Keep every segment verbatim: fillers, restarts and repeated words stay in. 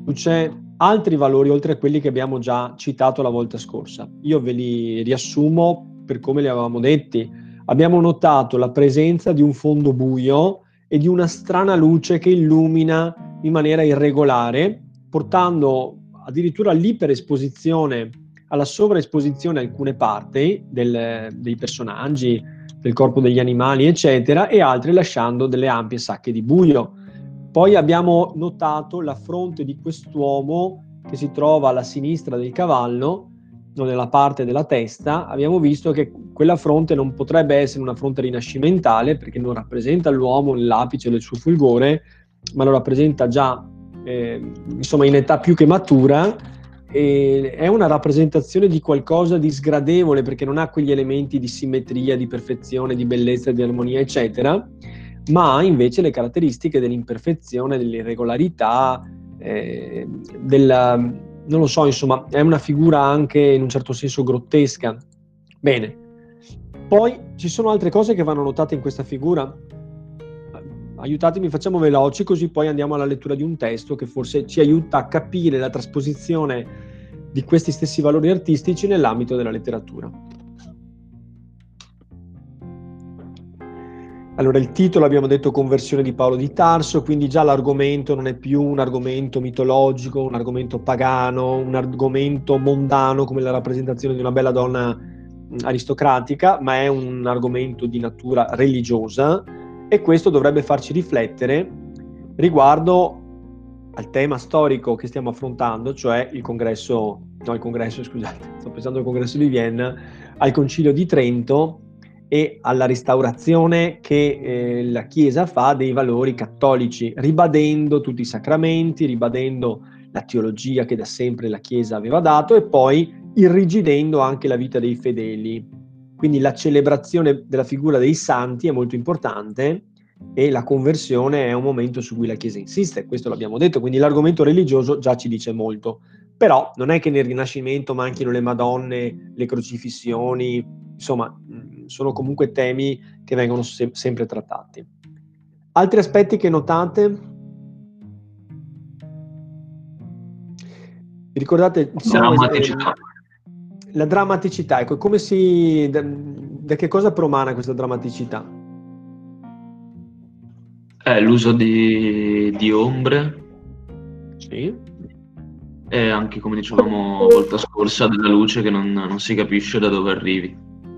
luce altri valori oltre a quelli che abbiamo già citato la volta scorsa. Io ve li riassumo per come li avevamo detti. Abbiamo notato la presenza di un fondo buio e di una strana luce che illumina in maniera irregolare, portando addirittura all'iperesposizione, alla sovraesposizione alcune parti del, dei personaggi, del corpo degli animali, eccetera, e altre lasciando delle ampie sacche di buio. Poi abbiamo notato la fronte di quest'uomo che si trova alla sinistra del cavallo, non nella parte della testa. Abbiamo visto che quella fronte non potrebbe essere una fronte rinascimentale, perché non rappresenta l'uomo nell'apice del suo fulgore, ma lo rappresenta già eh, insomma in età più che matura, e è una rappresentazione di qualcosa di sgradevole, perché non ha quegli elementi di simmetria, di perfezione, di bellezza, di armonia, eccetera, ma ha invece le caratteristiche dell'imperfezione, dell'irregolarità, eh, della, non lo so, insomma, è una figura anche in un certo senso grottesca. Bene, poi ci sono altre cose che vanno notate in questa figura. Aiutatemi, facciamo veloci, così poi andiamo alla lettura di un testo che forse ci aiuta a capire la trasposizione di questi stessi valori artistici nell'ambito della letteratura. Allora, il titolo abbiamo detto Conversione di Paolo di Tarso, quindi già l'argomento non è più un argomento mitologico, un argomento pagano, un argomento mondano come la rappresentazione di una bella donna aristocratica, ma è un argomento di natura religiosa, e questo dovrebbe farci riflettere riguardo al tema storico che stiamo affrontando, cioè il congresso, no il congresso, scusate, sto pensando al congresso di Vienna, al concilio di Trento e alla restaurazione che eh, la Chiesa fa dei valori cattolici, ribadendo tutti i sacramenti, ribadendo la teologia che da sempre la Chiesa aveva dato e poi irrigidendo anche la vita dei fedeli. Quindi la celebrazione della figura dei santi è molto importante e la conversione è un momento su cui la Chiesa insiste, questo l'abbiamo detto, quindi l'argomento religioso già ci dice molto. Però non è che nel Rinascimento manchino le Madonne, le crocifissioni, insomma, sono comunque temi che vengono se- sempre trattati. Altri aspetti che notate? Vi ricordate? Sono, Drammaticità. Eh, la drammaticità, ecco, come si, da, da che cosa promana questa drammaticità? È l'uso di, di ombre Sì. e anche, come dicevamo la volta scorsa, della luce che non, non si capisce da dove arrivi.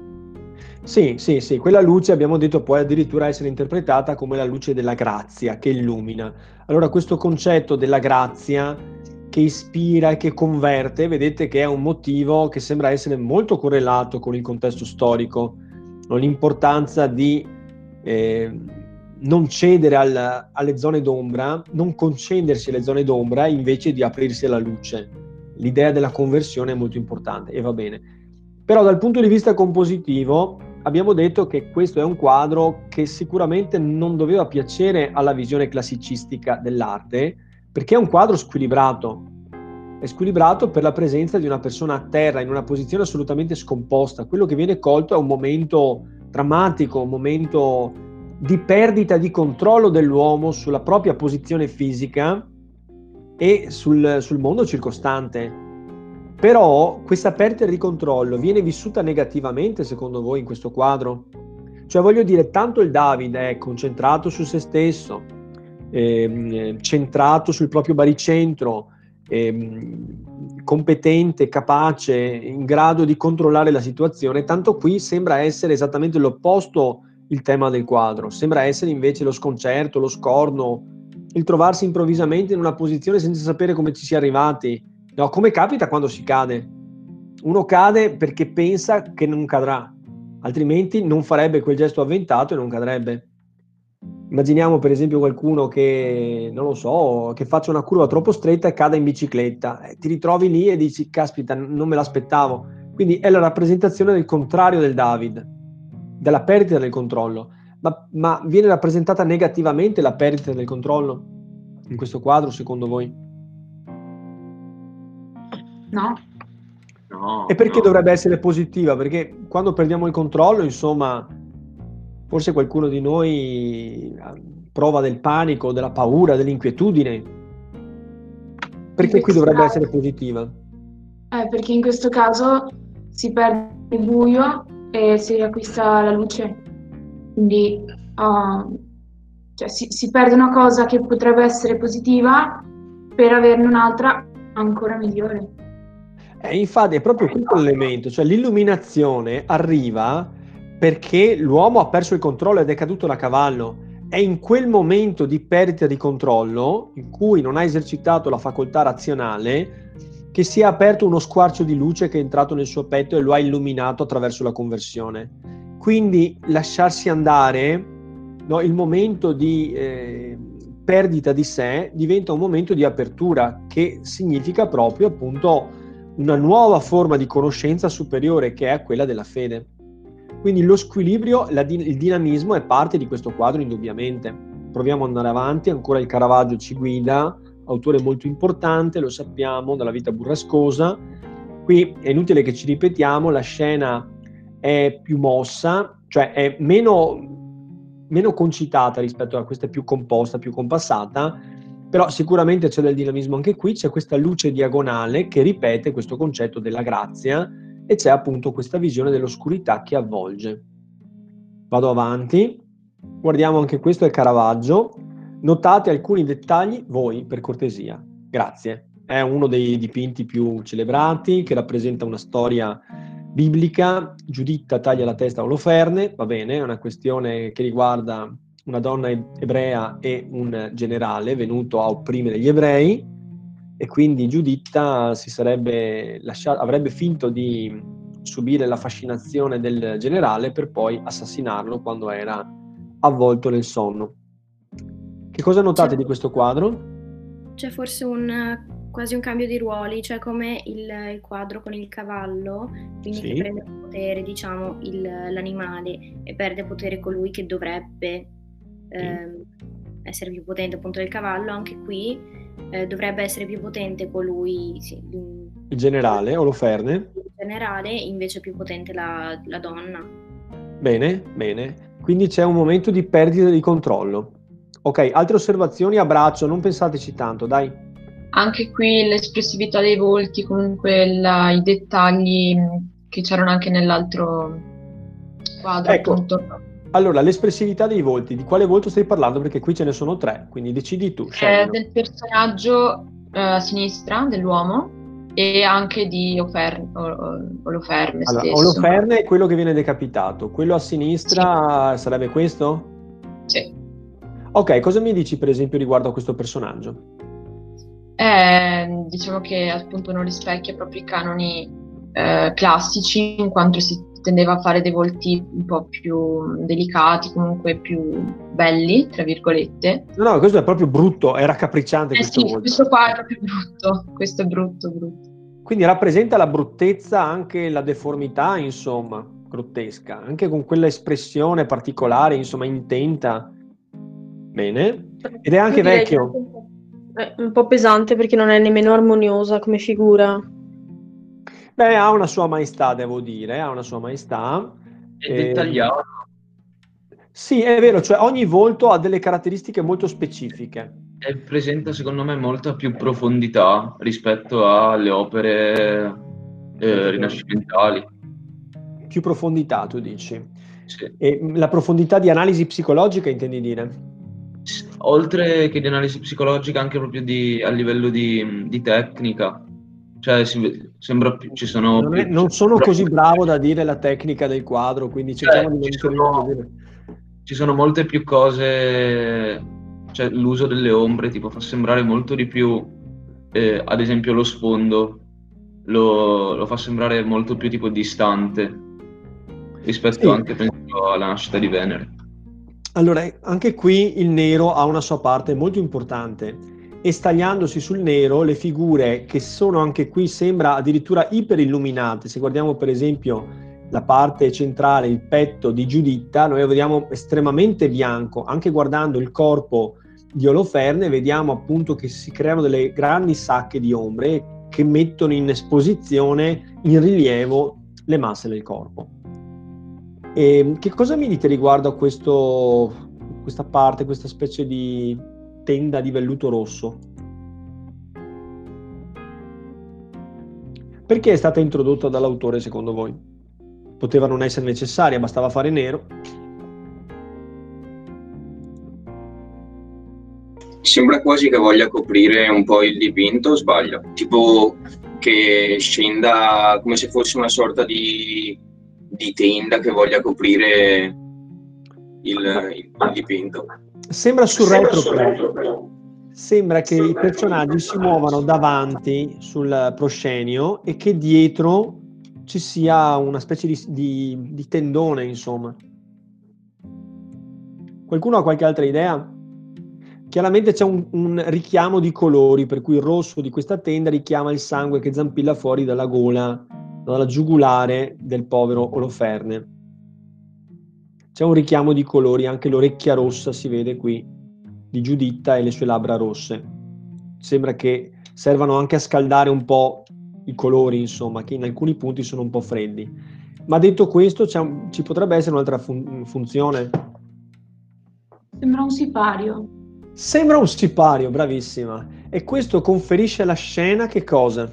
Sì, sì, sì, quella luce abbiamo detto può addirittura essere interpretata come la luce della grazia che illumina. Allora questo concetto della grazia che ispira e che converte, vedete che è un motivo che sembra essere molto correlato con il contesto storico, l'importanza di eh, non cedere al, alle zone d'ombra, non concedersi alle zone d'ombra invece di aprirsi alla luce. L'idea della conversione è molto importante e va bene. Però dal punto di vista compositivo abbiamo detto che questo è un quadro che sicuramente non doveva piacere alla visione classicistica dell'arte, perché è un quadro squilibrato. È squilibrato per la presenza di una persona a terra in una posizione assolutamente scomposta. Quello che viene colto è un momento drammatico, un momento di perdita di controllo dell'uomo sulla propria posizione fisica e sul, sul mondo circostante. Però questa perdita di controllo viene vissuta negativamente, secondo voi, in questo quadro? Cioè, voglio dire, tanto il Davide è concentrato su se stesso, ehm, centrato sul proprio baricentro, ehm, competente, capace, in grado di controllare la situazione, tanto qui sembra essere esattamente l'opposto il tema del quadro, sembra essere invece lo sconcerto, lo scorno, il trovarsi improvvisamente in una posizione senza sapere come ci si è arrivati. No, come capita quando si cade? Uno cade perché pensa che non cadrà, altrimenti non farebbe quel gesto avventato e non cadrebbe. Immaginiamo per esempio qualcuno che, non lo so, che faccia una curva troppo stretta e cada in bicicletta. Eh, ti ritrovi lì e dici, caspita, non me l'aspettavo. Quindi è la rappresentazione del contrario del David, della perdita del controllo. Ma, ma viene rappresentata negativamente la perdita del controllo in questo quadro, secondo voi? No. No, E perché no. dovrebbe essere positiva? Perché quando perdiamo il controllo, insomma, forse qualcuno di noi prova del panico, della paura, dell'inquietudine. perché qui questo dovrebbe caso- essere positiva? Eh, perché in questo caso si perde il buio e si riacquista la luce. Quindi ah, cioè, si, si perde una cosa che potrebbe essere positiva per averne un'altra ancora migliore. Eh, infatti è proprio questo l'elemento, cioè l'illuminazione arriva perché l'uomo ha perso il controllo ed è caduto da cavallo. È in quel momento di perdita di controllo, in cui non ha esercitato la facoltà razionale, che si è aperto uno squarcio di luce che è entrato nel suo petto e lo ha illuminato attraverso la conversione. Quindi lasciarsi andare, no, il momento di eh, perdita di sé diventa un momento di apertura, che significa proprio appunto una nuova forma di conoscenza superiore, che è quella della fede. Quindi lo squilibrio, la, il dinamismo è parte di questo quadro indubbiamente. Proviamo ad andare avanti, ancora il Caravaggio ci guida, autore molto importante, lo sappiamo, dalla vita burrascosa. Qui è inutile che ci ripetiamo, la scena è più mossa, cioè è meno, meno concitata rispetto a questa più composta, più compassata, però sicuramente c'è del dinamismo anche qui, c'è questa luce diagonale che ripete questo concetto della grazia e c'è appunto questa visione dell'oscurità che avvolge. Vado avanti, guardiamo anche questo, è Caravaggio. Notate alcuni dettagli voi, per cortesia. Grazie. È uno dei dipinti più celebrati, che rappresenta una storia biblica. Giuditta taglia la testa a Oloferne, va bene, è una questione che riguarda una donna ebrea e un generale venuto a opprimere gli ebrei, e quindi Giuditta si sarebbe lasciato, avrebbe finto di subire la fascinazione del generale per poi assassinarlo quando era avvolto nel sonno. Che cosa notate C'è, di questo quadro? c'è forse un quasi un cambio di ruoli, cioè come il, il quadro con il cavallo, quindi Sì. che prende potere, diciamo, il, l'animale, e perde potere colui che dovrebbe ehm, essere più potente, appunto, del cavallo. Anche qui eh, dovrebbe essere più potente colui, sì, il generale Oloferne. Il generale, invece più potente la, la donna. Bene, bene. Quindi c'è un momento di perdita di controllo. Ok, altre osservazioni a braccio, non pensateci tanto, dai. Anche qui l'espressività dei volti, comunque la, i dettagli che c'erano anche nell'altro quadro, Ecco, appunto. allora, l'espressività dei volti, di quale volto stai parlando? Perché qui ce ne sono tre, quindi decidi tu, È scegli. del personaggio eh, a sinistra, dell'uomo, e anche di Ofer- Oloferne Allora, stesso. Oloferne è quello che viene decapitato, quello a sinistra sì. Sarebbe questo? Sì. Ok, cosa mi dici per esempio riguardo a questo personaggio? Eh, diciamo che appunto non rispecchia proprio i canoni eh, classici, in quanto si tendeva a fare dei volti un po' più delicati, comunque più belli, tra virgolette. No, no, questo è proprio brutto, è raccapricciante Eh questo sì, volto. questo qua è proprio brutto, questo è brutto, brutto. Quindi rappresenta la bruttezza, anche la deformità, insomma, grottesca, anche con quella espressione particolare, insomma, intenta. Bene. Ed è anche Io direi vecchio. che è un po' pesante perché non è nemmeno armoniosa come figura. Beh, ha una sua maestà, devo dire, ha una sua maestà. È Eh, dettagliato. Sì, è vero, cioè ogni volto ha delle caratteristiche molto specifiche. E presenta secondo me molta più profondità rispetto alle opere eh, rinascimentali. Più profondità, tu dici? Sì. E la profondità di analisi psicologica, intendi dire? Oltre che di analisi psicologica, anche proprio di, a livello di, di tecnica. Cioè, si, sembra più, ci sono Non, è- più, non sono così bravo da dire la tecnica del quadro, quindi cerchiamo cioè, di non ci intervenire. sono, ci sono molte più cose, cioè l'uso delle ombre tipo fa sembrare molto di più, eh, ad esempio lo sfondo lo, lo fa sembrare molto più tipo distante rispetto Sì. anche penso alla nascita di Venere. Allora, anche qui il nero ha una sua parte molto importante, e stagliandosi sul nero le figure, che sono anche qui sembra addirittura iperilluminate, se guardiamo per esempio la parte centrale, il petto di Giuditta, noi lo vediamo estremamente bianco. Anche guardando il corpo di Oloferne vediamo appunto che si creano delle grandi sacche di ombre che mettono in esposizione, in rilievo, le masse del corpo. E che cosa mi dite riguardo a questo, questa parte, questa specie di tenda di velluto rosso? Perché è stata introdotta dall'autore secondo voi? Poteva non essere necessaria, bastava fare nero. Sembra quasi che voglia coprire un po' il dipinto, o sbaglio? Tipo che scenda come se fosse una sorta di, di tenda che voglia coprire il, il, il dipinto. Sembra sul retro, sembra che i personaggi si muovano davanti sul proscenio e che dietro ci sia una specie di, di, di tendone, insomma. Qualcuno ha qualche altra idea? Chiaramente c'è un, un richiamo di colori, per cui il rosso di questa tenda richiama il sangue che zampilla fuori dalla gola, dalla giugulare del povero Oloferne. C'è un richiamo di colori, anche l'orecchia rossa si vede qui, di Giuditta e le sue labbra rosse. Sembra che servano anche a scaldare un po' i colori, insomma, che in alcuni punti sono un po' freddi. Ma detto questo, c'è un, ci potrebbe essere un'altra fun- funzione. Sembra un sipario. Sembra un sipario, bravissima. E questo conferisce alla scena che cosa?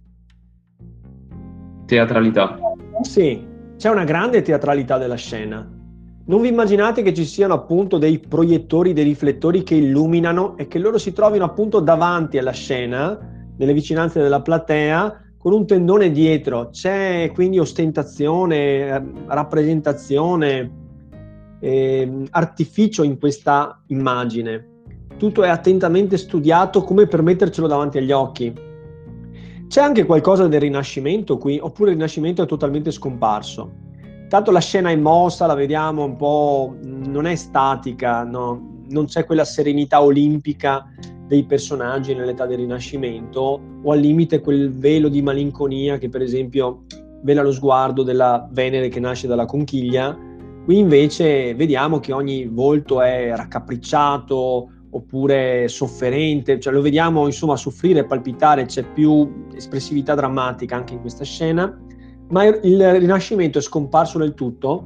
Teatralità. Sì, c'è una grande teatralità della scena. Non vi immaginate che ci siano appunto dei proiettori, dei riflettori che illuminano e che loro si trovino appunto davanti alla scena, nelle vicinanze della platea, con un tendone dietro. C'è quindi ostentazione, rappresentazione, eh, artificio in questa immagine. Tutto è attentamente studiato come per mettercelo davanti agli occhi. C'è anche qualcosa del Rinascimento qui, oppure il Rinascimento è totalmente scomparso? Tanto la scena è mossa, la vediamo un po', non è statica, no? Non c'è quella serenità olimpica dei personaggi nell'età del Rinascimento, o al limite quel velo di malinconia che per esempio vela lo sguardo della Venere che nasce dalla conchiglia. Qui invece vediamo che ogni volto è raccapricciato oppure sofferente, cioè lo vediamo insomma soffrire, palpitare, c'è più espressività drammatica anche in questa scena. Ma il Rinascimento è scomparso del tutto?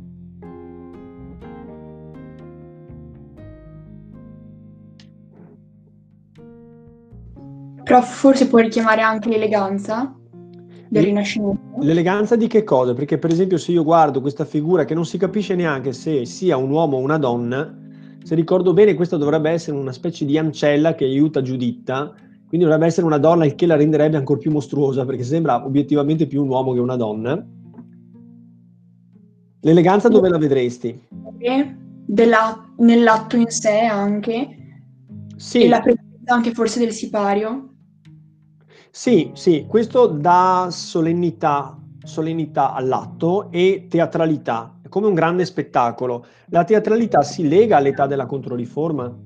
Però forse può richiamare anche l'eleganza del L- Rinascimento. L'eleganza di che cosa? Perché per esempio se io guardo questa figura che non si capisce neanche se sia un uomo o una donna, se ricordo bene questa dovrebbe essere una specie di ancella che aiuta Giuditta, quindi dovrebbe essere una donna, il che la renderebbe ancora più mostruosa, perché sembra obiettivamente più un uomo che una donna. L'eleganza dove la vedresti? Della, nell'atto in sé anche, Sì. E la presenza anche forse del sipario. Sì, sì, questo dà solennità, solennità all'atto e teatralità, è come un grande spettacolo. La teatralità si lega all'età della Controriforma?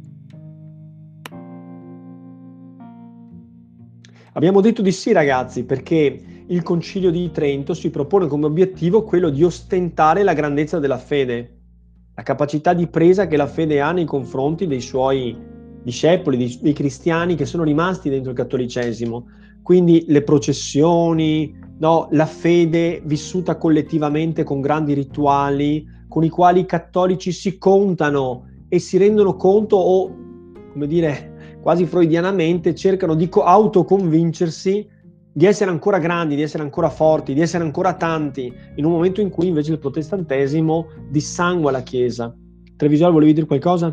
Abbiamo detto di sì, ragazzi, perché il Concilio di Trento si propone come obiettivo quello di ostentare la grandezza della fede, la capacità di presa che la fede ha nei confronti dei suoi discepoli, dei, dei cristiani che sono rimasti dentro il cattolicesimo. Quindi le processioni, no, la fede vissuta collettivamente con grandi rituali, con i quali i cattolici si contano e si rendono conto o, come dire, quasi freudianamente cercano di autoconvincersi di essere ancora grandi, di essere ancora forti, di essere ancora tanti, in un momento in cui invece il protestantesimo dissangua la Chiesa. Trevisol, volevi dire qualcosa?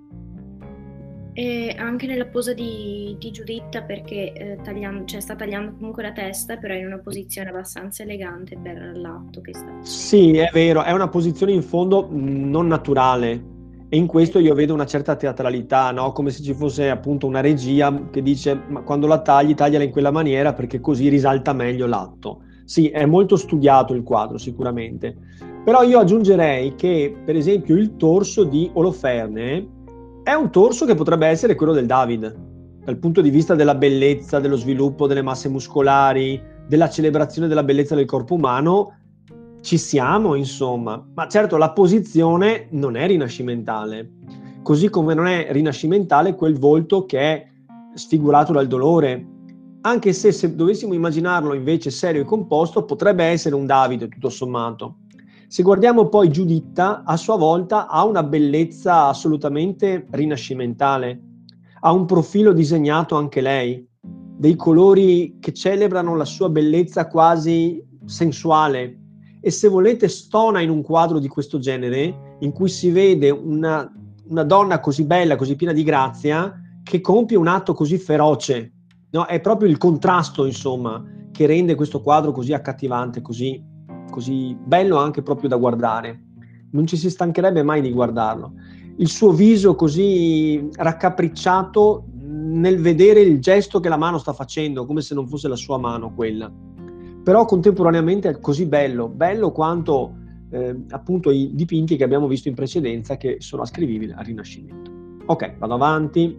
E anche nella posa di, di Giuditta, perché eh, tagliando, cioè, sta tagliando comunque la testa, però in una posizione abbastanza elegante per l'atto che sta facendo. Sì, è vero, è una posizione in fondo mh, non naturale, e in questo io vedo una certa teatralità, no? Come se ci fosse appunto una regia che dice ma quando la tagli, tagliala in quella maniera perché così risalta meglio l'atto. Sì, è molto studiato il quadro sicuramente, però io aggiungerei che per esempio il torso di Oloferne è un torso che potrebbe essere quello del David, dal punto di vista della bellezza, dello sviluppo delle masse muscolari, della celebrazione della bellezza del corpo umano. Ci siamo, insomma, ma certo la posizione non è rinascimentale, così come non è rinascimentale quel volto che è sfigurato dal dolore, anche se se dovessimo immaginarlo invece serio e composto potrebbe essere un Davide tutto sommato. Se guardiamo poi Giuditta, a sua volta ha una bellezza assolutamente rinascimentale, ha un profilo disegnato anche lei, dei colori che celebrano la sua bellezza quasi sensuale. E se volete stona in un quadro di questo genere, in cui si vede una, una donna così bella, così piena di grazia, che compie un atto così feroce, no? È proprio il contrasto, insomma, che rende questo quadro così accattivante, così, così bello anche proprio da guardare. Non ci si stancherebbe mai di guardarlo. Il suo viso così raccapricciato nel vedere il gesto che la mano sta facendo, come se non fosse la sua mano quella. Però contemporaneamente è così bello, bello quanto eh, appunto i dipinti che abbiamo visto in precedenza, che sono ascrivibili al Rinascimento. Ok, vado avanti.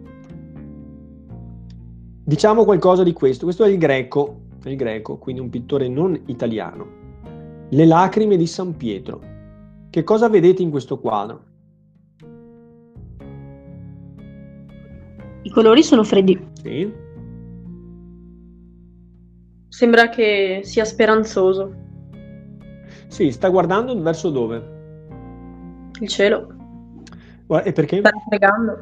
Diciamo qualcosa di questo. Questo è il Greco, è il Greco, quindi un pittore non italiano. Le lacrime di San Pietro. Che cosa vedete in questo quadro? I colori sono freddi. Sì. Sembra che sia speranzoso. Sì, sta guardando verso dove? Il cielo. Guarda, e perché? Sta pregando.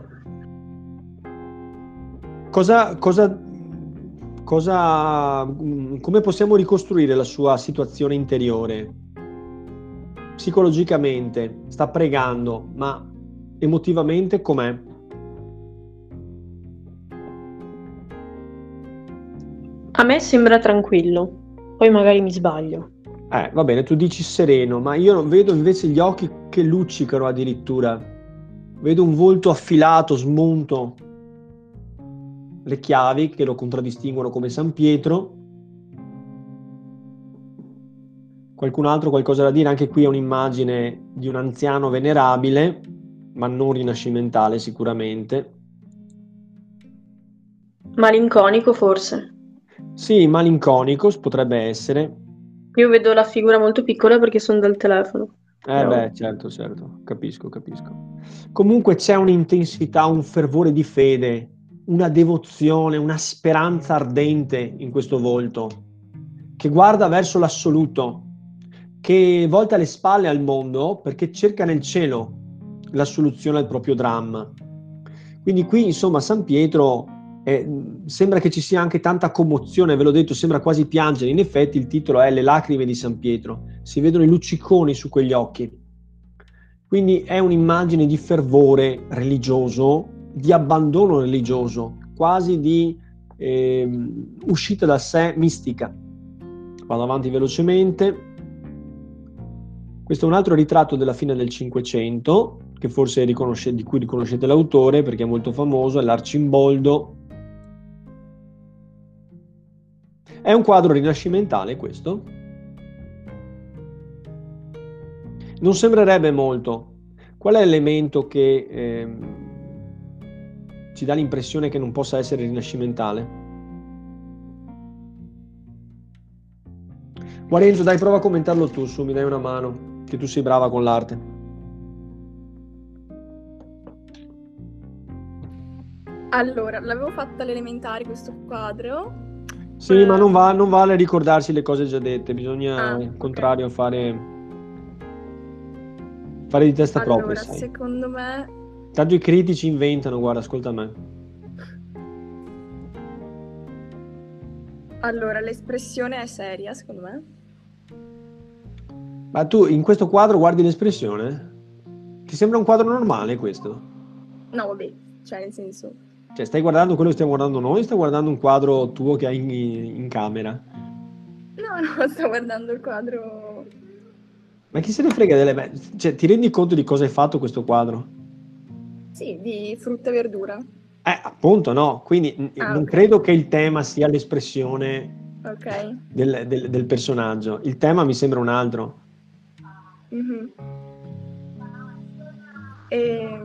Cosa, cosa, cosa, come possiamo ricostruire la sua situazione interiore? Psicologicamente, sta pregando, ma emotivamente com'è? A me sembra tranquillo, poi magari mi sbaglio. Eh, va bene, tu dici sereno, ma io vedo invece gli occhi che luccicano addirittura. Vedo un volto affilato, smunto, le chiavi che lo contraddistinguono come San Pietro. Qualcun altro qualcosa da dire? Anche qui è un'immagine di un anziano venerabile, ma non rinascimentale sicuramente. Malinconico forse. Sì, malinconico potrebbe essere. Io vedo la figura molto piccola perché sono dal telefono. Eh Però- beh, certo, certo, capisco, capisco. Comunque c'è un'intensità, un fervore di fede, una devozione, una speranza ardente in questo volto, che guarda verso l'assoluto, che volta le spalle al mondo perché cerca nel cielo la soluzione al proprio dramma. Quindi qui, insomma, San Pietro eh, sembra che ci sia anche tanta commozione, ve l'ho detto, sembra quasi piangere. In effetti il titolo è Le lacrime di San Pietro, si vedono i lucciconi su quegli occhi. Quindi è un'immagine di fervore religioso, di abbandono religioso, quasi di eh, uscita da sé mistica. Vado avanti velocemente. Questo è un altro ritratto della fine del Cinquecento, che forse riconosce, di cui riconoscete l'autore perché è molto famoso, è l'Arcimboldo. È un quadro rinascimentale questo? Non sembrerebbe molto. Qual è l'elemento che eh, ci dà l'impressione che non possa essere rinascimentale? Guarenzo, dai, prova a commentarlo tu, su, mi dai una mano, che tu sei brava con l'arte. Allora, l'avevo fatta alle elementari questo quadro. Sì, ma non, va, non vale ricordarsi le cose già dette, bisogna Ah, al ok. contrario fare, fare di testa Allora, propria, sai. secondo me, Tanto i critici inventano, guarda, ascolta me. allora, l'espressione è seria, secondo me. Ma tu in questo quadro guardi l'espressione? Ti sembra un quadro normale questo? No, vabbè, cioè nel senso, Cioè, stai guardando quello che stiamo guardando noi o stai guardando un quadro tuo che hai in, in camera? no, no, sto guardando il quadro. Ma chi se ne frega delle... beh, cioè, ti rendi conto di cosa hai fatto questo quadro? Sì, di frutta e verdura. Eh, appunto, no. Quindi n- Ah, non ok. credo che il tema sia l'espressione Ok. del, del- del personaggio. Il tema mi sembra un altro. Mhm. E...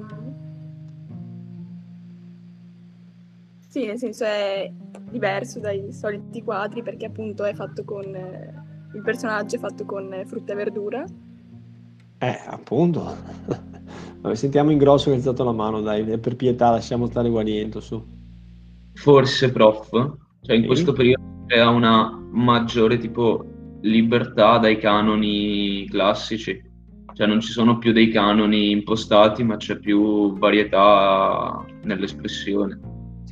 Sì, nel senso è diverso dai soliti quadri perché appunto è fatto con... eh, il personaggio è fatto con eh, frutta e verdura. Eh, appunto. Vabbè, sentiamo in grosso che hai alzato la mano, dai, per pietà, lasciamo stare Guariento, su. Forse, prof, cioè in Sì. questo periodo crea una maggiore tipo libertà dai canoni classici, cioè non ci sono più dei canoni impostati, ma c'è più varietà nell'espressione. Sì.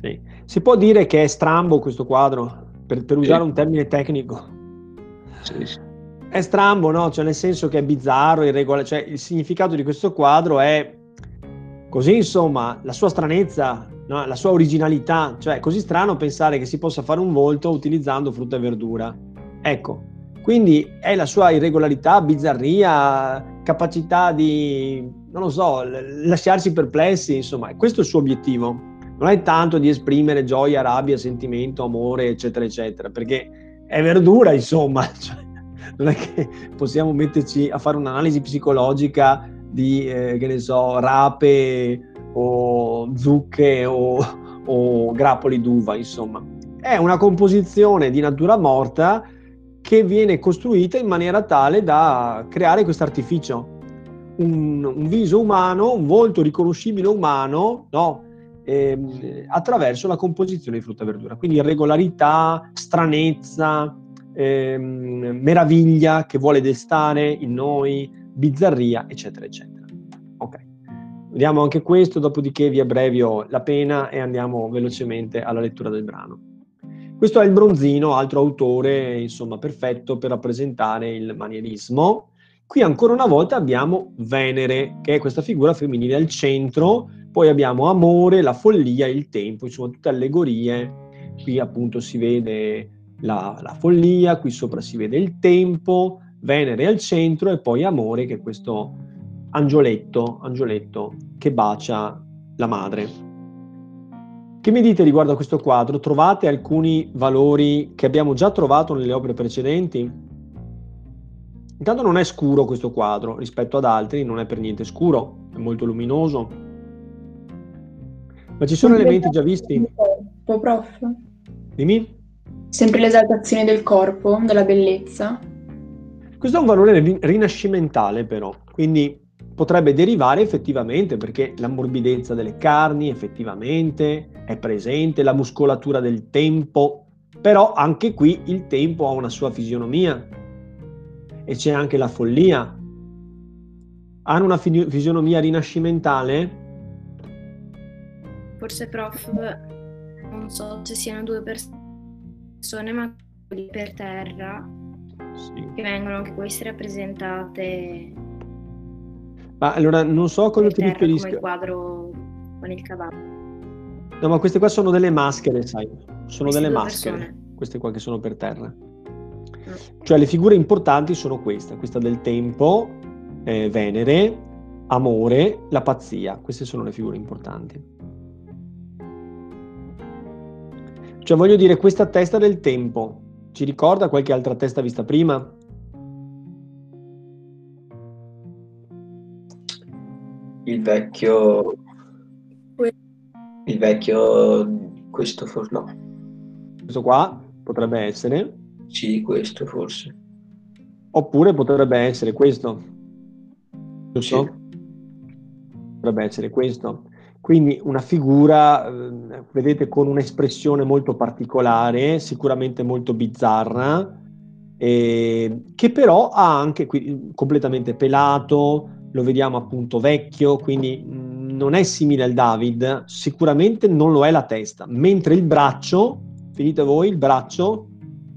Si può dire che è strambo questo quadro, per, per usare Sì. un termine tecnico. Sì, sì. È strambo, no? Cioè nel senso che è bizzarro, irregolare, cioè il significato di questo quadro è così, insomma, la sua stranezza, no? La sua originalità, cioè è così strano pensare che si possa fare un volto utilizzando frutta e verdura. Ecco, quindi è la sua irregolarità, bizzarria, capacità di, non lo so, l- lasciarsi perplessi, insomma, questo è il suo obiettivo. Non è tanto di esprimere gioia, rabbia, sentimento, amore, eccetera, eccetera, perché è verdura, insomma, cioè, non è che possiamo metterci a fare un'analisi psicologica di, eh, che ne so, rape o zucche o, o grappoli d'uva, insomma. È una composizione di natura morta che viene costruita in maniera tale da creare questo artificio. Un, un viso umano, un volto riconoscibile umano, no? Ehm, attraverso la composizione di frutta e verdura. Quindi irregolarità, stranezza, ehm, meraviglia che vuole destare in noi, bizzarria, eccetera, eccetera. Ok, vediamo anche questo, dopodiché vi abbrevio la pena e andiamo velocemente alla lettura del brano. Questo è il Bronzino, altro autore, insomma, perfetto per rappresentare il manierismo. Qui ancora una volta abbiamo Venere, che è questa figura femminile al centro, poi abbiamo Amore, la follia, il tempo, insomma tutte allegorie. Qui appunto si vede la, la follia, qui sopra si vede il tempo, Venere al centro e poi Amore, che è questo angioletto, angioletto che bacia la madre. Che mi dite riguardo a questo quadro? Trovate alcuni valori che abbiamo già trovato nelle opere precedenti? Intanto non è scuro questo quadro rispetto ad altri, non è per niente scuro, è molto luminoso. Ma ci sono Sempre elementi già visti? del corpo, prof. Dimmi? Sempre l'esaltazione del corpo, della bellezza. Questo è un valore ri- rinascimentale però, quindi potrebbe derivare effettivamente perché la morbidezza delle carni effettivamente è presente, la muscolatura del tempo, però anche qui il tempo ha una sua fisionomia e c'è anche la follia. Hanno una fi- fisionomia rinascimentale? Forse, prof, non so se siano due persone, ma quelli per terra, Sì. che vengono anche queste rappresentate Ma allora non so a cosa per ti terra come il riferisco. quadro con il cavallo. No, ma queste qua sono delle maschere, sai, sono Queste delle due maschere, persone. queste qua che sono per terra. Mm. Cioè le figure importanti sono queste, questa del tempo, eh, Venere, Amore, la pazzia, queste sono le figure importanti. Cioè voglio dire, questa testa del tempo, ci ricorda qualche altra testa vista prima? Il vecchio... Il vecchio... Questo forse no. Questo qua potrebbe essere, Sì, questo forse. oppure potrebbe essere questo, giusto? Sì. Potrebbe essere questo. Quindi una figura, eh, vedete, con un'espressione molto particolare, sicuramente molto bizzarra, eh, che però ha anche qui, completamente pelato, lo vediamo appunto vecchio, quindi mh, non è simile al David, sicuramente non lo è la testa, mentre il braccio, finite voi, il braccio,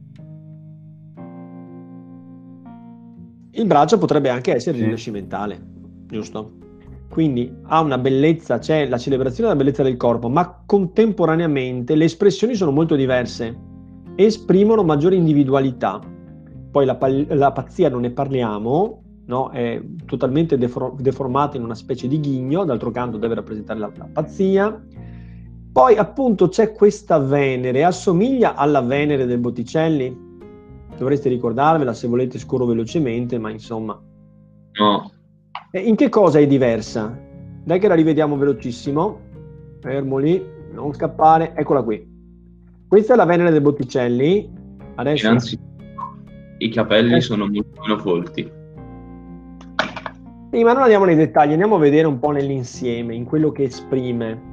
il braccio potrebbe anche essere Sì. rinascimentale, giusto? Quindi ha una bellezza, c'è la celebrazione della bellezza del corpo, ma contemporaneamente le espressioni sono molto diverse, esprimono maggiore individualità. Poi la, pal- la pazzia non ne parliamo, no? È totalmente defor- deformata in una specie di ghigno, d'altro canto deve rappresentare la, la pazzia. Poi appunto c'è questa Venere, assomiglia alla Venere del Botticelli, dovreste ricordarvela, se volete scorro velocemente, ma insomma. No. E in che cosa è diversa? Dai che la rivediamo velocissimo. Fermo lì, non scappare. Eccola qui. Questa è la Venere del Botticelli. Adesso Innanzitutto i capelli Eh. sono molto meno folti. Sì, ma non andiamo nei dettagli, andiamo a vedere un po' nell'insieme, in quello che esprime.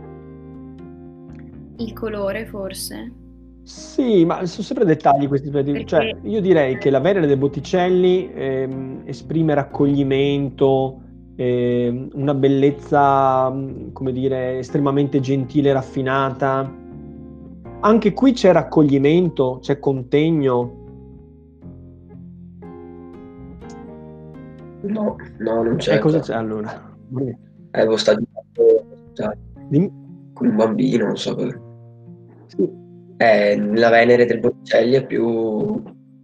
Il colore, forse? Sì, ma sono sempre dettagli questi. Perché- Cioè, io direi che la Venere del Botticelli ehm, esprime raccoglimento, ehm, una bellezza, mh, come dire, estremamente gentile e raffinata, Anche qui c'è raccoglimento, c'è contegno. No, no, non c'è. E cosa c'è allora? Avevo stato Dimmi. con un bambino, non so perché. Sì. Eh, la Venere del Botticelli è più...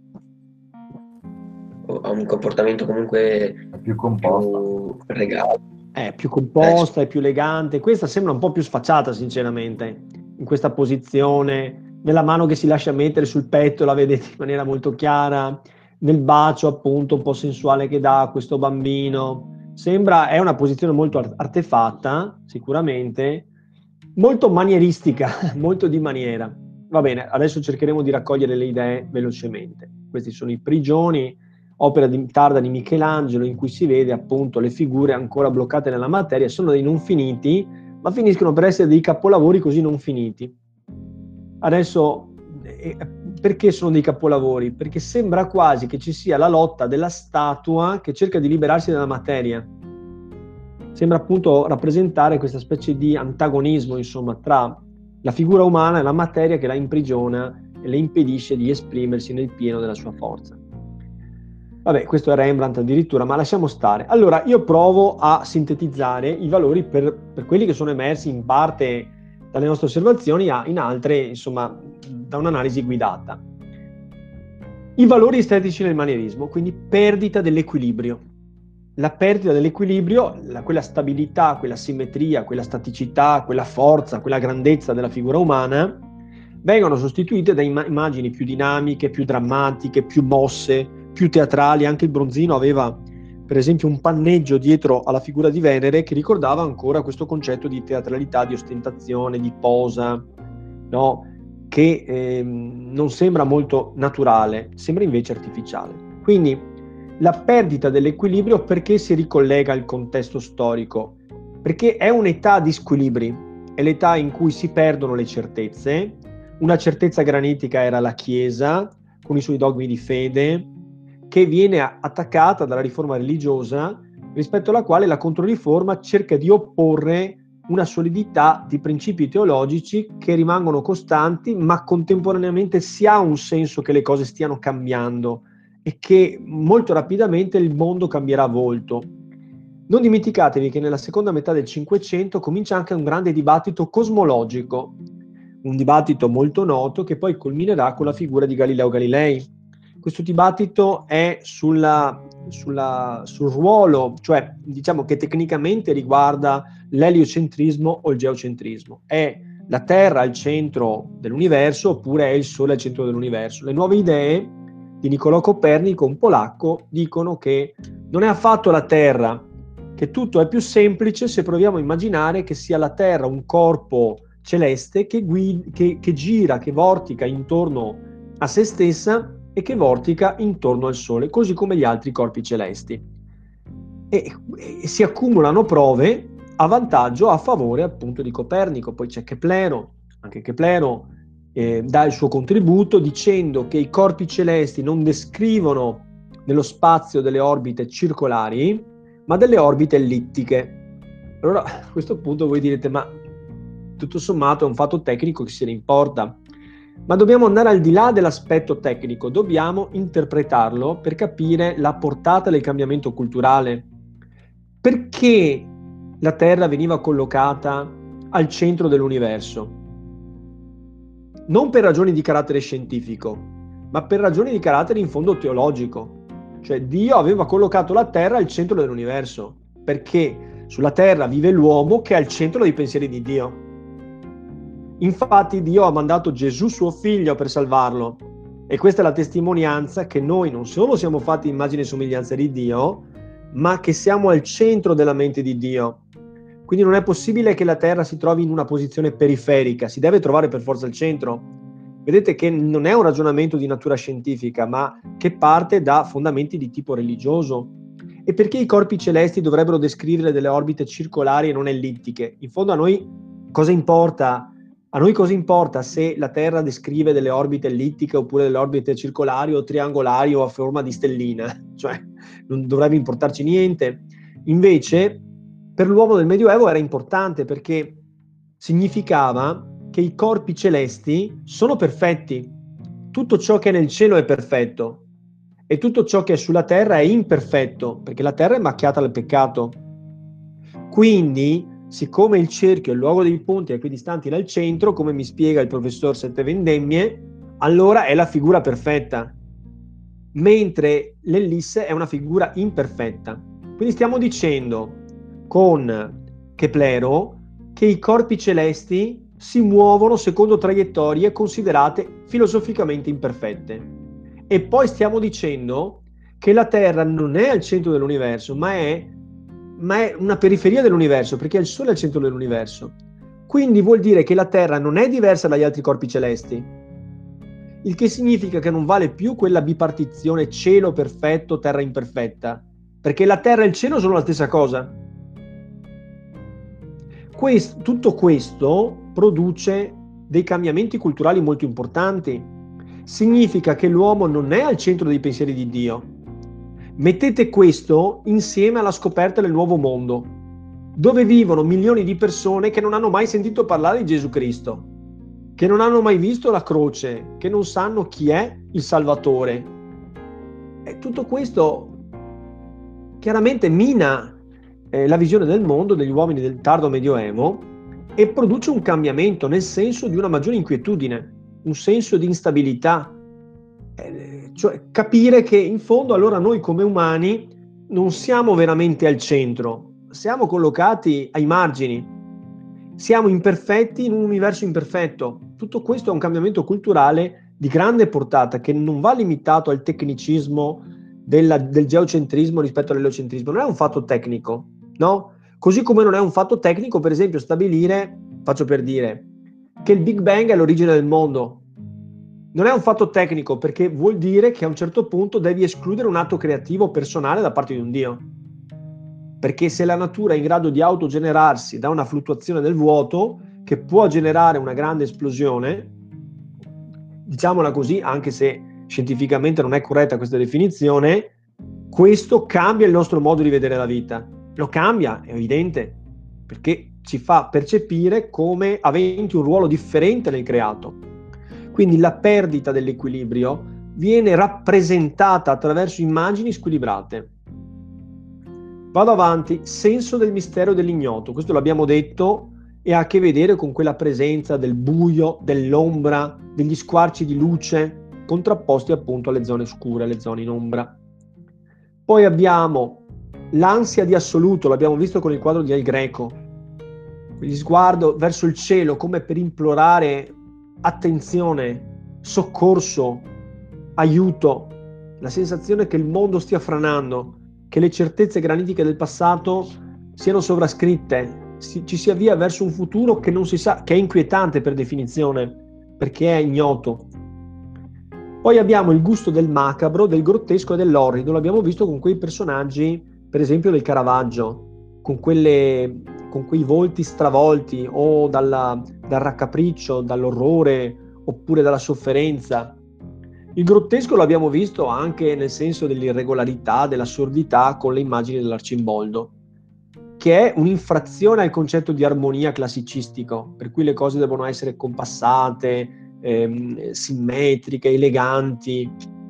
ha un comportamento comunque più composta, più regale. È più composta, è più elegante. Questa sembra un po' più sfacciata, sinceramente, in questa posizione, nella mano che si lascia mettere sul petto, la vedete in maniera molto chiara, nel bacio appunto un po' sensuale che dà a questo bambino. Sembra, è una posizione molto artefatta, sicuramente, molto manieristica, molto di maniera. Va bene, adesso cercheremo di raccogliere le idee velocemente. Questi sono i prigioni, opera di, tarda di Michelangelo, in cui si vede appunto le figure ancora bloccate nella materia, sono dei non finiti, ma finiscono per essere dei capolavori così non finiti. Adesso, eh, perché sono dei capolavori? Perché sembra quasi che ci sia la lotta della statua che cerca di liberarsi dalla materia. Sembra appunto rappresentare questa specie di antagonismo, insomma, tra la figura umana e la materia che la imprigiona e le impedisce di esprimersi nel pieno della sua forza. Vabbè, questo è Rembrandt addirittura, ma lasciamo stare. Allora, io provo a sintetizzare i valori per, per quelli che sono emersi in parte dalle nostre osservazioni, a, in altre, insomma, da un'analisi guidata. I valori estetici del manierismo, quindi perdita dell'equilibrio. La perdita dell'equilibrio, la, quella stabilità, quella simmetria, quella staticità, quella forza, quella grandezza della figura umana, vengono sostituite da imm- immagini più dinamiche, più drammatiche, più mosse, più teatrali. Anche il Bronzino aveva, per esempio, un panneggio dietro alla figura di Venere che ricordava ancora questo concetto di teatralità, di ostentazione, di posa, no? Che ehm, non sembra molto naturale, sembra invece artificiale. Quindi la perdita dell'equilibrio, perché si ricollega al contesto storico? Perché è un'età di squilibri, è l'età in cui si perdono le certezze. Una certezza granitica era la Chiesa, con i suoi dogmi di fede, che viene attaccata dalla riforma religiosa, rispetto alla quale la Controriforma cerca di opporre una solidità di principi teologici che rimangono costanti, ma contemporaneamente si ha un senso che le cose stiano cambiando e che molto rapidamente il mondo cambierà volto. Non dimenticatevi che nella seconda metà del Cinquecento comincia anche un grande dibattito cosmologico, un dibattito molto noto che poi culminerà con la figura di Galileo Galilei. Questo dibattito è sulla, sulla, sul ruolo, cioè diciamo che tecnicamente riguarda l'eliocentrismo o il geocentrismo. È la Terra al centro dell'universo oppure è il Sole al centro dell'universo? Le nuove idee di Niccolò Copernico, un polacco, dicono che non è affatto la Terra, che tutto è più semplice se proviamo a immaginare che sia la Terra un corpo celeste che, guida, che, che gira, che vortica intorno a se stessa e che vortica intorno al Sole, così come gli altri corpi celesti. E, e si accumulano prove a vantaggio, a favore appunto di Copernico. Poi c'è Keplero, anche Keplero eh, dà il suo contributo dicendo che i corpi celesti non descrivono nello spazio delle orbite circolari, ma delle orbite ellittiche. Allora a questo punto voi direte, ma tutto sommato è un fatto tecnico, che se ne importa? Ma dobbiamo andare al di là dell'aspetto tecnico, dobbiamo interpretarlo per capire la portata del cambiamento culturale. Perché la Terra veniva collocata al centro dell'universo? Non per ragioni di carattere scientifico, ma per ragioni di carattere in fondo teologico. Cioè Dio aveva collocato la Terra al centro dell'universo, perché sulla Terra vive l'uomo che è al centro dei pensieri di Dio. Infatti Dio ha mandato Gesù suo figlio per salvarlo, e questa è la testimonianza che noi non solo siamo fatti immagine e somiglianza di Dio, ma che siamo al centro della mente di Dio. Quindi non è possibile che la Terra si trovi in una posizione periferica, si deve trovare per forza al centro. Vedete che non è un ragionamento di natura scientifica, ma che parte da fondamenti di tipo religioso. E perché i corpi celesti dovrebbero descrivere delle orbite circolari e non ellittiche? In fondo a noi cosa importa? A noi cosa importa se la Terra descrive delle orbite ellittiche oppure delle orbite circolari o triangolari o a forma di stellina? Cioè, non dovrebbe importarci niente. Invece, per l'uomo del Medioevo era importante, perché significava che i corpi celesti sono perfetti. Tutto ciò che è nel cielo è perfetto e tutto ciò che è sulla terra è imperfetto, perché la terra è macchiata dal peccato. Quindi, siccome il cerchio è il luogo dei punti equidistanti dal centro, come mi spiega il professor Sette Vendemmie, allora è la figura perfetta, mentre l'ellisse è una figura imperfetta. Quindi stiamo dicendo con Keplero che i corpi celesti si muovono secondo traiettorie considerate filosoficamente imperfette. E poi stiamo dicendo che la Terra non è al centro dell'universo, ma è, ma è una periferia dell'universo, perché il Sole è al centro dell'universo. Quindi vuol dire che la Terra non è diversa dagli altri corpi celesti, il che significa che non vale più quella bipartizione cielo perfetto, terra imperfetta, perché la terra e il cielo sono la stessa cosa. Questo, tutto questo produce dei cambiamenti culturali molto importanti. Significa che l'uomo non è al centro dei pensieri di Dio. Mettete questo insieme alla scoperta del nuovo mondo, dove vivono milioni di persone che non hanno mai sentito parlare di Gesù Cristo, che non hanno mai visto la croce, che non sanno chi è il Salvatore. E tutto questo chiaramente mina eh, la visione del mondo degli uomini del tardo Medioevo e produce un cambiamento nel senso di una maggiore inquietudine, un senso di instabilità, eh, cioè capire che in fondo allora noi come umani non siamo veramente al centro, siamo collocati ai margini, siamo imperfetti in un universo imperfetto. Tutto questo è un cambiamento culturale di grande portata che non va limitato al tecnicismo della, del geocentrismo rispetto all'eliocentrismo. Non è un fatto tecnico, no? Così come non è un fatto tecnico, per esempio, stabilire, faccio per dire, che il Big Bang è l'origine del mondo. Non è un fatto tecnico perché vuol dire che a un certo punto devi escludere un atto creativo personale da parte di un Dio. Perché se la natura è in grado di autogenerarsi da una fluttuazione del vuoto che può generare una grande esplosione, diciamola così, anche se scientificamente non è corretta questa definizione, questo cambia il nostro modo di vedere la vita. Lo cambia, è evidente, perché ci fa percepire come aventi un ruolo differente nel creato. Quindi la perdita dell'equilibrio viene rappresentata attraverso immagini squilibrate. Vado avanti, senso del mistero dell'ignoto, questo l'abbiamo detto e ha a che vedere con quella presenza del buio, dell'ombra, degli squarci di luce, contrapposti appunto alle zone scure, alle zone in ombra. Poi abbiamo l'ansia di assoluto, l'abbiamo visto con il quadro di El Greco, quindi sguardo verso il cielo come per implorare attenzione, soccorso, aiuto, la sensazione che il mondo stia franando, che le certezze granitiche del passato siano sovrascritte, si, ci si avvia verso un futuro che non si sa, che è inquietante per definizione, perché è ignoto. Poi abbiamo il gusto del macabro, del grottesco e dell'orrido, l'abbiamo visto con quei personaggi, per esempio del Caravaggio, con, quelle, con quei volti stravolti o dalla, dal raccapriccio, dall'orrore oppure dalla sofferenza. Il grottesco l'abbiamo visto anche nel senso dell'irregolarità, dell'assurdità con le immagini dell'Arcimboldo, che è un'infrazione al concetto di armonia classicistico, per cui le cose devono essere compassate, ehm, simmetriche, eleganti.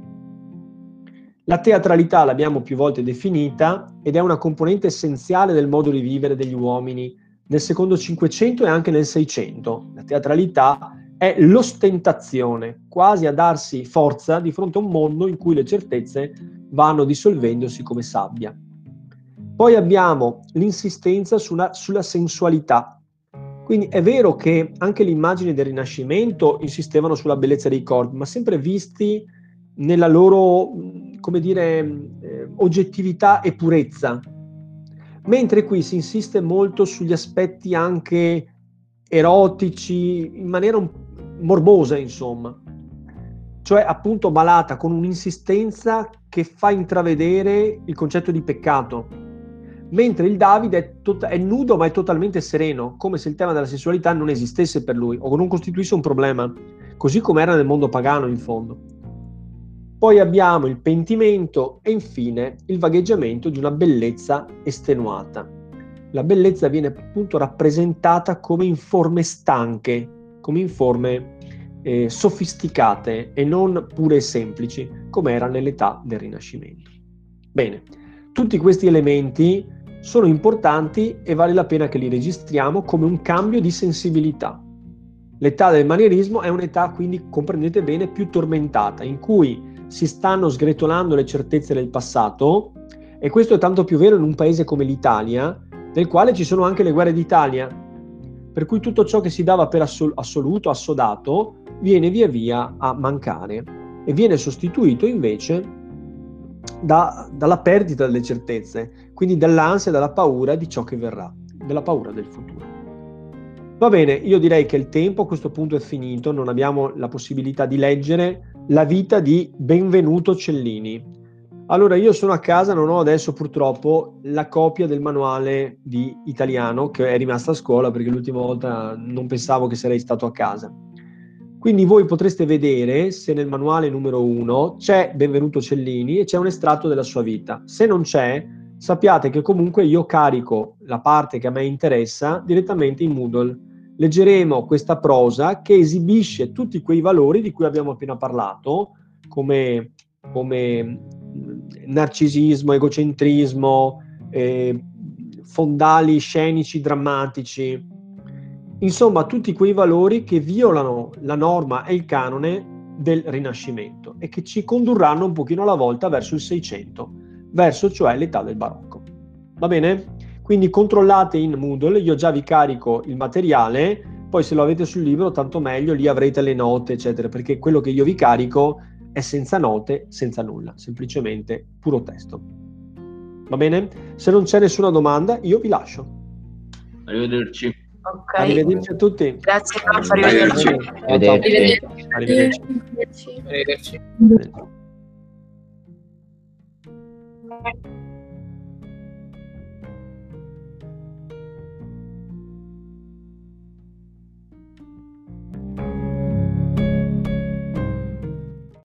La teatralità l'abbiamo più volte definita ed è una componente essenziale del modo di vivere degli uomini nel secondo Cinquecento e anche nel Seicento. La teatralità è l'ostentazione, quasi a darsi forza di fronte a un mondo in cui le certezze vanno dissolvendosi come sabbia. Poi abbiamo l'insistenza sulla, sulla sensualità. Quindi è vero che anche le immagini del Rinascimento insistevano sulla bellezza dei corpi, ma sempre visti nella loro, come dire, eh, oggettività e purezza. Mentre qui si insiste molto sugli aspetti anche erotici, in maniera un morbosa, insomma, cioè appunto malata, con un'insistenza che fa intravedere il concetto di peccato, mentre il Davide è, tot- è nudo ma è totalmente sereno, come se il tema della sessualità non esistesse per lui o non costituisse un problema, così come era nel mondo pagano in fondo. Poi abbiamo il pentimento e infine il vagheggiamento di una bellezza estenuata. La bellezza viene appunto rappresentata come in forme stanche, come in forme eh, sofisticate e non pure e semplici, come era nell'età del Rinascimento. Bene, tutti questi elementi sono importanti e vale la pena che li registriamo come un cambio di sensibilità. L'età del manierismo è un'età, quindi comprendete bene, più tormentata, in cui si stanno sgretolando le certezze del passato, e questo è tanto più vero in un paese come l'Italia, nel quale ci sono anche le guerre d'Italia, per cui tutto ciò che si dava per assol- assoluto, assodato, viene via via a mancare e viene sostituito invece da, dalla perdita delle certezze, quindi dall'ansia, dalla paura di ciò che verrà, della paura del futuro. Va bene, io direi che il tempo a questo punto è finito, non abbiamo la possibilità di leggere la vita di Benvenuto Cellini. Allora, io sono a casa, non ho adesso purtroppo la copia del manuale di italiano che è rimasta a scuola, perché l'ultima volta non pensavo che sarei stato a casa. Quindi voi potreste vedere se nel manuale numero uno c'è Benvenuto Cellini e c'è un estratto della sua vita. Se non c'è, sappiate che comunque io carico la parte che a me interessa direttamente in Moodle. Leggeremo questa prosa che esibisce tutti quei valori di cui abbiamo appena parlato, come, come narcisismo, egocentrismo, eh, fondali scenici, drammatici, insomma tutti quei valori che violano la norma e il canone del Rinascimento e che ci condurranno un pochino alla volta verso il Seicento, verso cioè l'età del Barocco. Va bene? Quindi controllate in Moodle, io già vi carico il materiale, poi se lo avete sul libro tanto meglio, lì avrete le note eccetera, perché quello che io vi carico è senza note, senza nulla, semplicemente puro testo. Va bene? Se non c'è nessuna domanda io vi lascio. Arrivederci. Ok. Arrivederci a tutti. Grazie prof, arrivederci. Arrivederci. Arrivederci. Arrivederci. Arrivederci.